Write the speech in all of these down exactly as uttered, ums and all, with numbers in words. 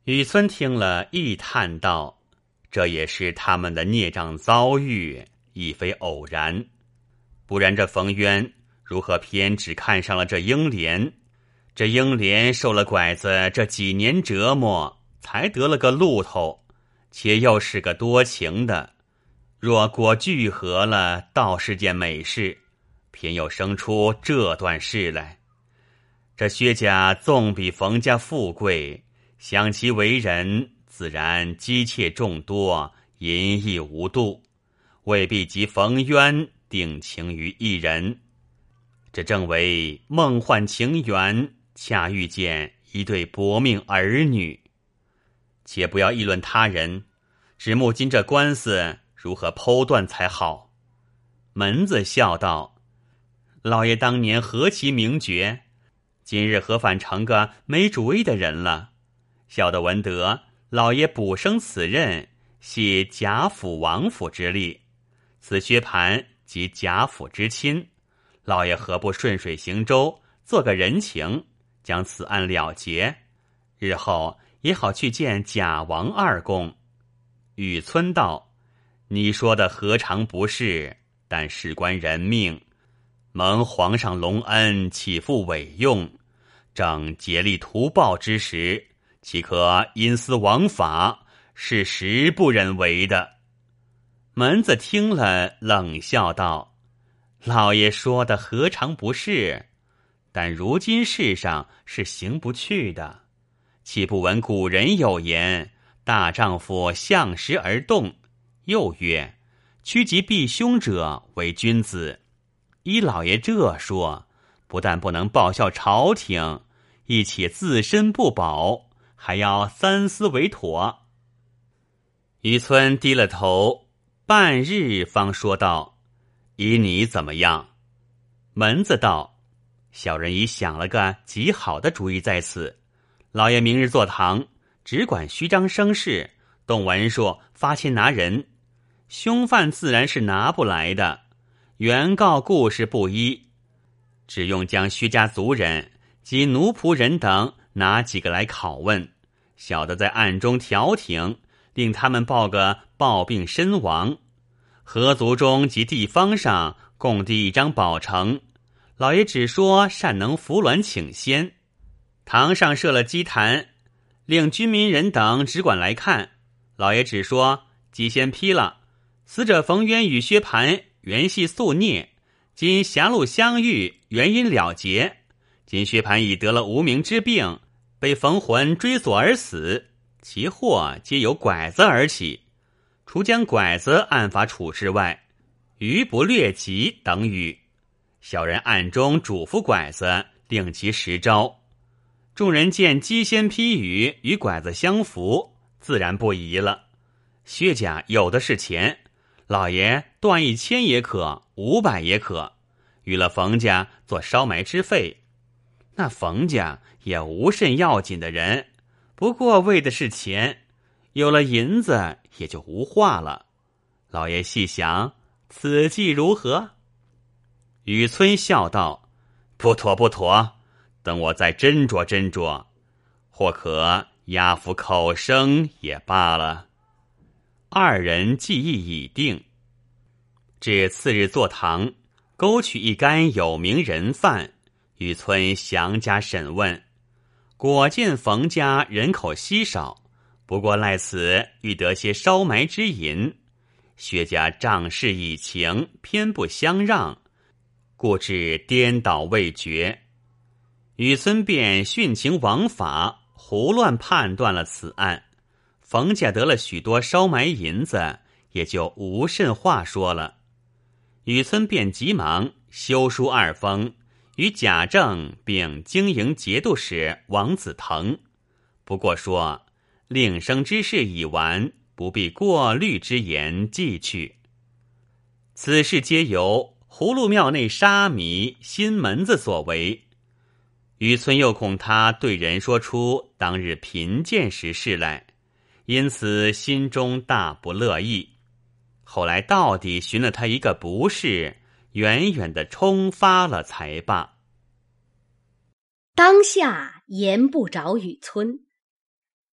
雨村听了，亦叹道：“这也是他们的孽障遭遇，亦非偶然。不然这冯渊如何偏只看上了这英莲？这英莲受了拐子这几年折磨，才得了个路头，且又是个多情的。若果聚合了，倒是件美事，偏又生出这段事来。这薛家纵比冯家富贵，想其为人，自然姬妾众多，淫逸无度，未必及冯渊定情于一人。这正为梦幻情缘，恰遇见一对薄命儿女。且不要议论他人，只目今这官司如何剖断才好。”门子笑道：“老爷当年何其名绝，今日何反成个没主意的人了？小的闻得老爷补升此任，系贾府王府之力，此薛蟠即贾府之亲，老爷何不顺水行舟，做个人情，将此案了结，日后也好去见贾王二公。”雨村道：“你说的何尝不是，但事关人命，蒙皇上隆恩，岂复委用？正竭力图报之时，岂可因私枉法，是实不忍为的。”门子听了，冷笑道：“老爷说的何尝不是？但如今世上是行不去的。岂不闻古人有言，大丈夫向时而动，又曰趋吉避凶者为君子。依老爷这说，不但不能报效朝廷，亦且自身不保，还要三思为妥。”于村低了头，半日方说道：“依你怎么样？”门子道：“小人已想了个极好的主意在此，老爷明日坐堂，只管虚张声势，动文书，发签拿人。凶犯自然是拿不来的，原告故事不一，只用将薛家族人及奴仆人等拿几个来拷问，小的在暗中调停，令他们报个暴病身亡。合族中及地方上共递一张保呈，老爷只说善能扶鸾请仙。堂上设了祭坛，令军民人等只管来看，老爷只说祭仙批了，死者冯渊与薛蟠原系宿孽，今狭路相遇，原因了结。今薛蟠已得了无名之病，被冯魂追索而死，其祸皆由拐子而起。除将拐子按法处置外，余不略及等语。小人暗中嘱咐拐子，令其实招。众人见鸡仙批语与拐子相符，自然不疑了。薛家有的是钱，老爷断一千也可，五百也可，与了冯家做烧埋之费。那冯家也无甚要紧的人，不过为的是钱，有了银子也就无话了。老爷细想，此计如何？”雨村笑道：“不妥不妥，等我再斟酌斟酌，或可压服口声也罢了。”二人计议已定。至次日坐堂，勾取一干有名人犯，雨村详加审问，果见冯家人口稀少，不过赖此欲得些烧埋之银，薛家仗势以情，偏不相让，故致颠倒未决。雨村便徇情枉法，胡乱判断了此案。冯家得了许多烧埋银子，也就无甚话说了。雨村便急忙修书二封，与贾政并经营节度使王子腾，不过说令生之事已完，不必过虑之言记去。此事皆由葫芦庙内沙弥新门子所为。雨村又恐他对人说出当日贫贱时事来，因此心中大不乐意。后来到底寻了他一个不是，远远的冲发了才罢。 当下言不着雨村，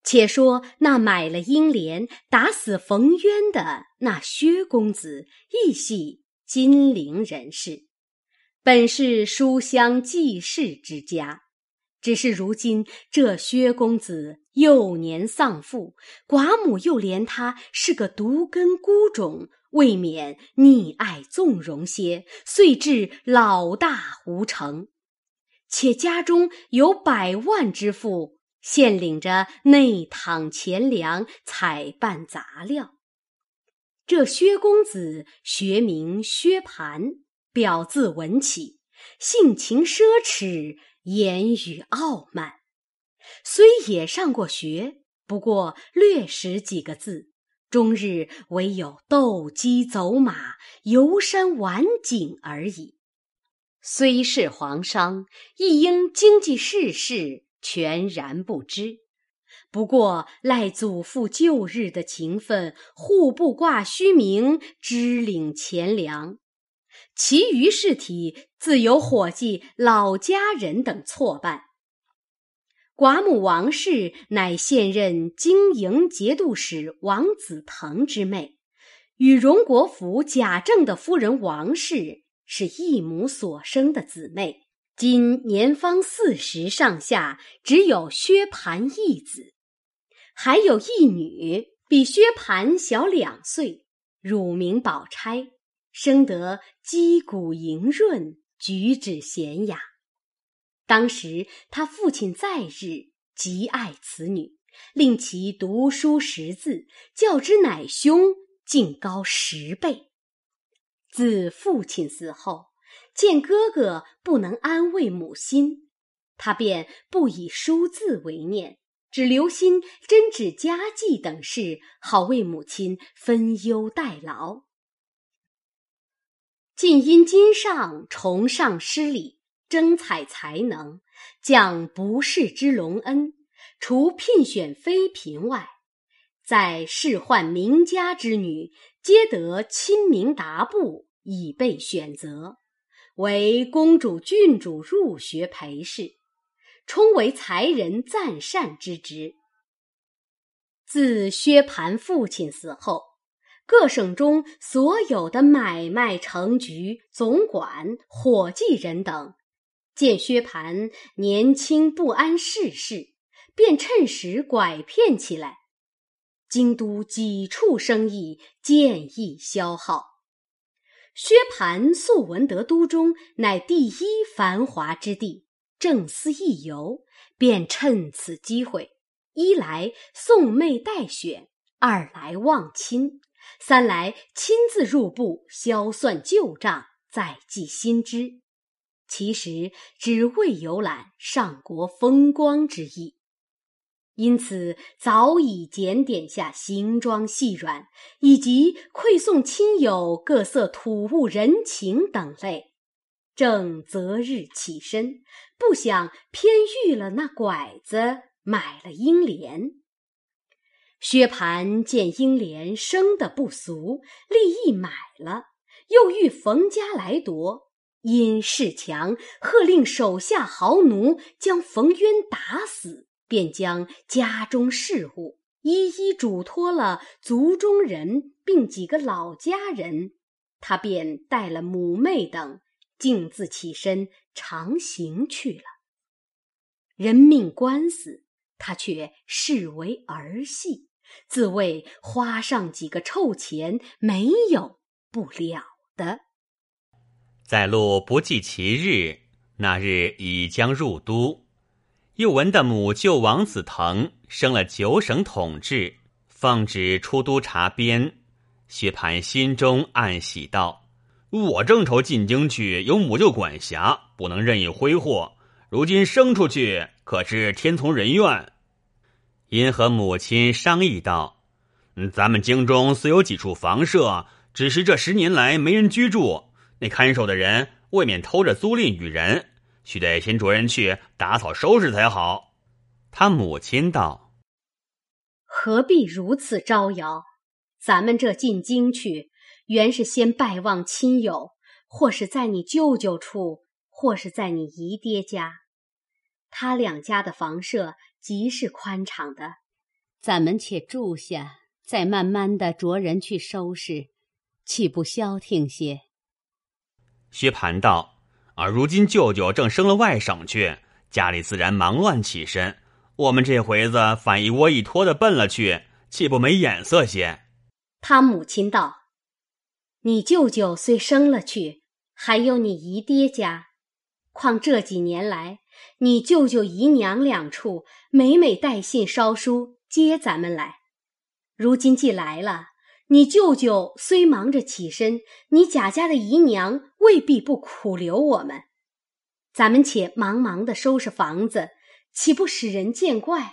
且说那买了英莲打死冯渊的那薛公子，亦系金陵人士，本是书香济世之家。只是如今这薛公子幼年丧父，寡母又怜他是个独根孤种，未免溺爱纵容些，遂至老大无成。且家中有百万之富，现领着内躺钱粮，采办杂料。这薛公子学名薛蟠，表字文起，性情奢侈，言语傲慢。虽也上过学，不过略识几个字，终日唯有斗鸡走马、游山玩景而已。虽是皇商，亦因经济世事全然不知。不过赖祖父旧日的情分，户部挂虚名，支领钱粮。其余事体自有伙计、老家人等错办。寡母王氏乃现任经营节度使王子腾之妹，与荣国府贾政的夫人王氏是一母所生的姊妹，今年方四十上下，只有薛蟠一子。还有一女，比薛蟠小两岁，乳名宝钗，生得肌骨莹润，举止娴雅。当时他父亲在日，极爱此女，令其读书识字，较之乃兄竟高十倍。自父亲死后，见哥哥不能安慰母心，他便不以书字为念，只留心针指家计等事，好为母亲分忧代劳。尽因今上崇尚诗礼，征采才能，降不世之隆恩，除聘选妃嫔外，在仕宦名家之女，皆得亲明达布，以备选择，为公主郡主入学陪侍，充为才人赞善之职。自薛蟠父亲死后，各省中所有的买卖成局、总管、伙计人等，见薛蟠年轻不谙世事，便趁时拐骗起来。京都几处生意渐易消耗。薛蟠素闻得都中乃第一繁华之地，正思一游，便趁此机会，一来送妹待选，二来望亲，三来亲自入部销算旧账，再记新知。其实只为游览上国风光之意。因此早已检点下行装细软，以及馈送亲友各色土物人情等类。正择日起身，不想偏遇了那拐子，买了英莲。薛蟠见英莲生得不俗，立意买了，又遇冯家来夺，因势强，喝令手下豪奴将冯渊打死，便将家中事务一一嘱托了族中人并几个老家人，他便带了母妹等，径自起身长行去了。人命官司，他却视为儿戏，自谓花上几个臭钱，没有不了的。 在路不计其日，那日已将入都，又闻得母舅王子腾升了九省统治，奉旨出都察边。薛蟠心中暗喜道：我正愁进京去有母舅管辖，不能任意挥霍，如今生出去，可知天从人愿。因和母亲商议道：咱们京中虽有几处房舍，只是这十年来没人居住，那看守的人未免偷着租赁与人，须得先着人去打扫收拾才好。他母亲道： 何必如此招摇？咱们这进京去，原是先拜望亲友，或是在你舅舅处，或是在你姨爹家。他两家的房舍极是宽敞的， 咱们且住下，再慢慢的着人去收拾，岂不消停些？ 薛蟠道：而如今舅舅正升了外省去，家里自然忙乱起身，我们这回子反一窝一拖的奔了去，岂不没眼色些？ 他母亲道：你舅舅虽升了去，还有你姨爹家，况这几年来，你舅舅姨娘两处每每带信捎书接咱们来。如今既来了，你舅舅虽忙着起身，你贾家的姨娘未必不苦留我们。咱们且忙忙地收拾房子，岂不使人见怪？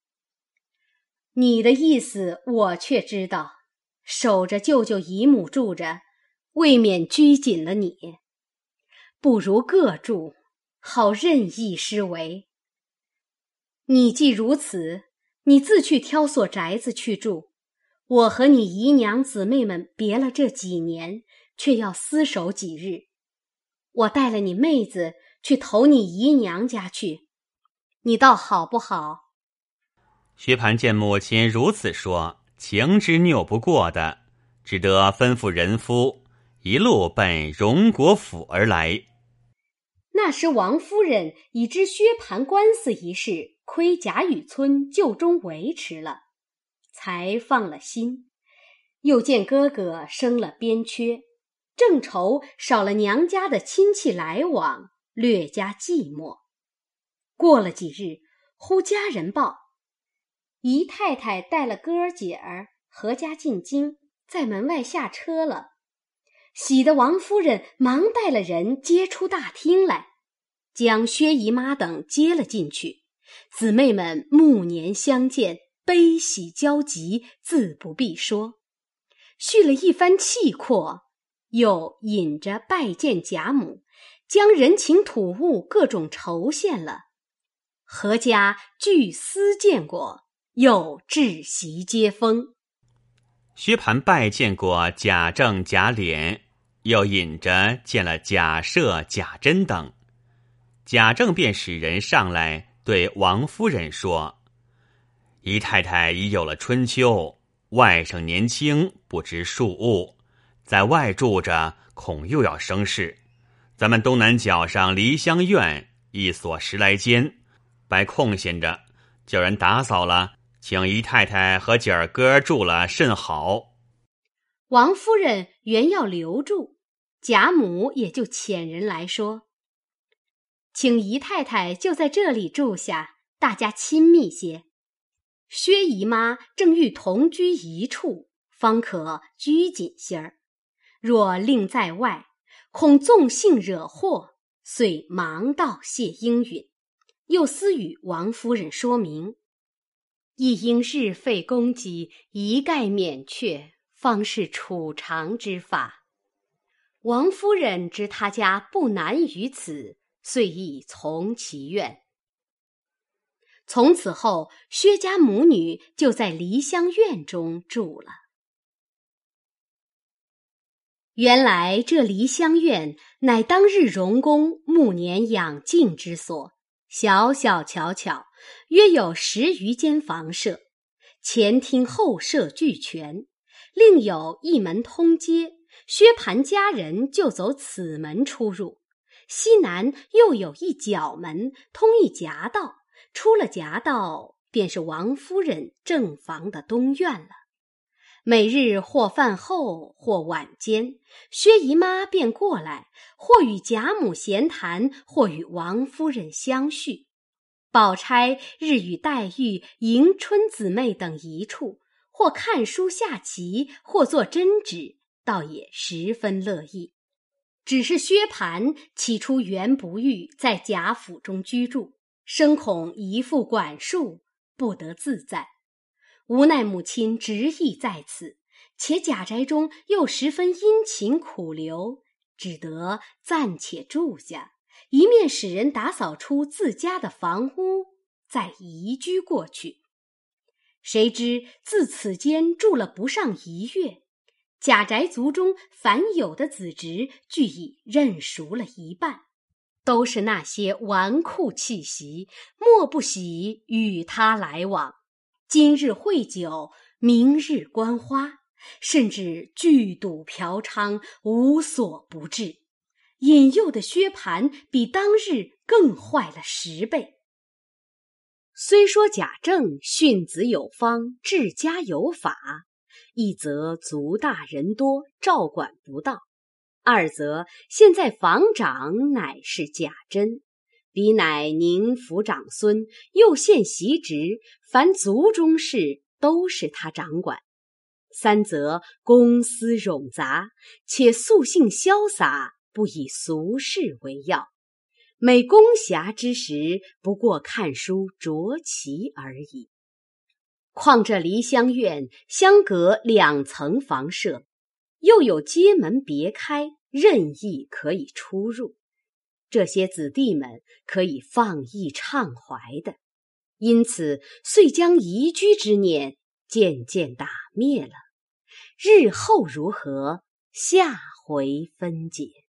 你的意思我却知道，守着舅舅姨母住着，未免拘谨了你，不如各住，好任意施为。你既如此，你自去挑所宅子去住，我和你姨娘姊妹们别了这几年，却要厮守几日。我带了你妹子去投你姨娘家去，你倒好不好？ 薛蟠见母亲如此说，情之拗不过的，只得吩咐人夫一路奔荣国府而来。 那时王夫人已知薛蟠官司一事亏贾雨村就中维持了，才放了心，又见哥哥生了边缺，正愁少了娘家的亲戚来往，略加寂寞。过了几日，忽家人报，姨太太带了哥儿姐儿合家进京，在门外下车了。喜得王夫人忙带了人接出大厅来，将薛姨妈等接了进去。姊妹们暮年相见，悲喜交集，自不必说。叙了一番气阔，又引着拜见贾母，将人情土物各种酬献了。阖家俱私见过，又置席接风。 薛蟠拜见过贾政、贾琏，又引着见了贾赦、贾珍等。贾政便使人上来对王夫人说：姨太太已有了春秋，外甥年轻不知庶务，在外住着恐又要生事。咱们东南角上梨香院一所十来间，白空闲着，叫人打扫了，请姨太太和姐儿哥住了甚好。 王夫人原要留住，贾母也就遣人来说，请姨太太就在这里住下，大家亲密些。薛姨妈正欲同居一处，方可拘谨些儿，若另在外，恐纵性惹祸，遂忙道谢应允。又私与王夫人说明，亦应日费公给，一概免却，方是储常之法。王夫人知他家不难于此，遂亦从其愿。从此后，薛家母女就在梨香院中住了。原来这梨香院乃当日荣公暮年养静之所，小小巧巧，约有十余间房舍，前厅后舍俱全，另有一门通街，薛蟠家人就走此门出入。西南又有一角门，通一夹道，出了夹道，便是王夫人正房的东院了。每日或饭后，或晚间，薛姨妈便过来，或与贾母闲谈，或与王夫人相叙。宝钗日与黛玉、迎春姊妹等一处，或看书下棋，或做针纸，倒也十分乐意。只是薛蟠起初原不欲在贾府中居住，生恐姨父管束，不得自在。无奈母亲执意在此，且贾宅中又十分殷勤苦留，只得暂且住下，一面使人打扫出自家的房屋，再移居过去。谁知自此间住了不上一月，贾宅族中凡有的子侄俱已认熟了一半，都是那些纨绔气息，莫不喜与他来往。 今日会酒，明日观花，甚至聚赌嫖娼，无所不至。引诱的薛蟠比当日更坏了十倍。虽说贾政训子有方，治家有法，一则族大人多，照管不到；二则现在房长乃是贾珍，彼乃宁府长孙，又现袭职，凡族中事都是他掌管；三则公私冗杂，且素性潇洒，不以俗事为要，每公暇之时，不过看书酌棋而已。况这梨香院相隔两层房舍，又有街门别开，任意可以出入，这些子弟们可以放逸畅怀的，因此遂将移居之念渐渐打灭了。日后如何，下回分解。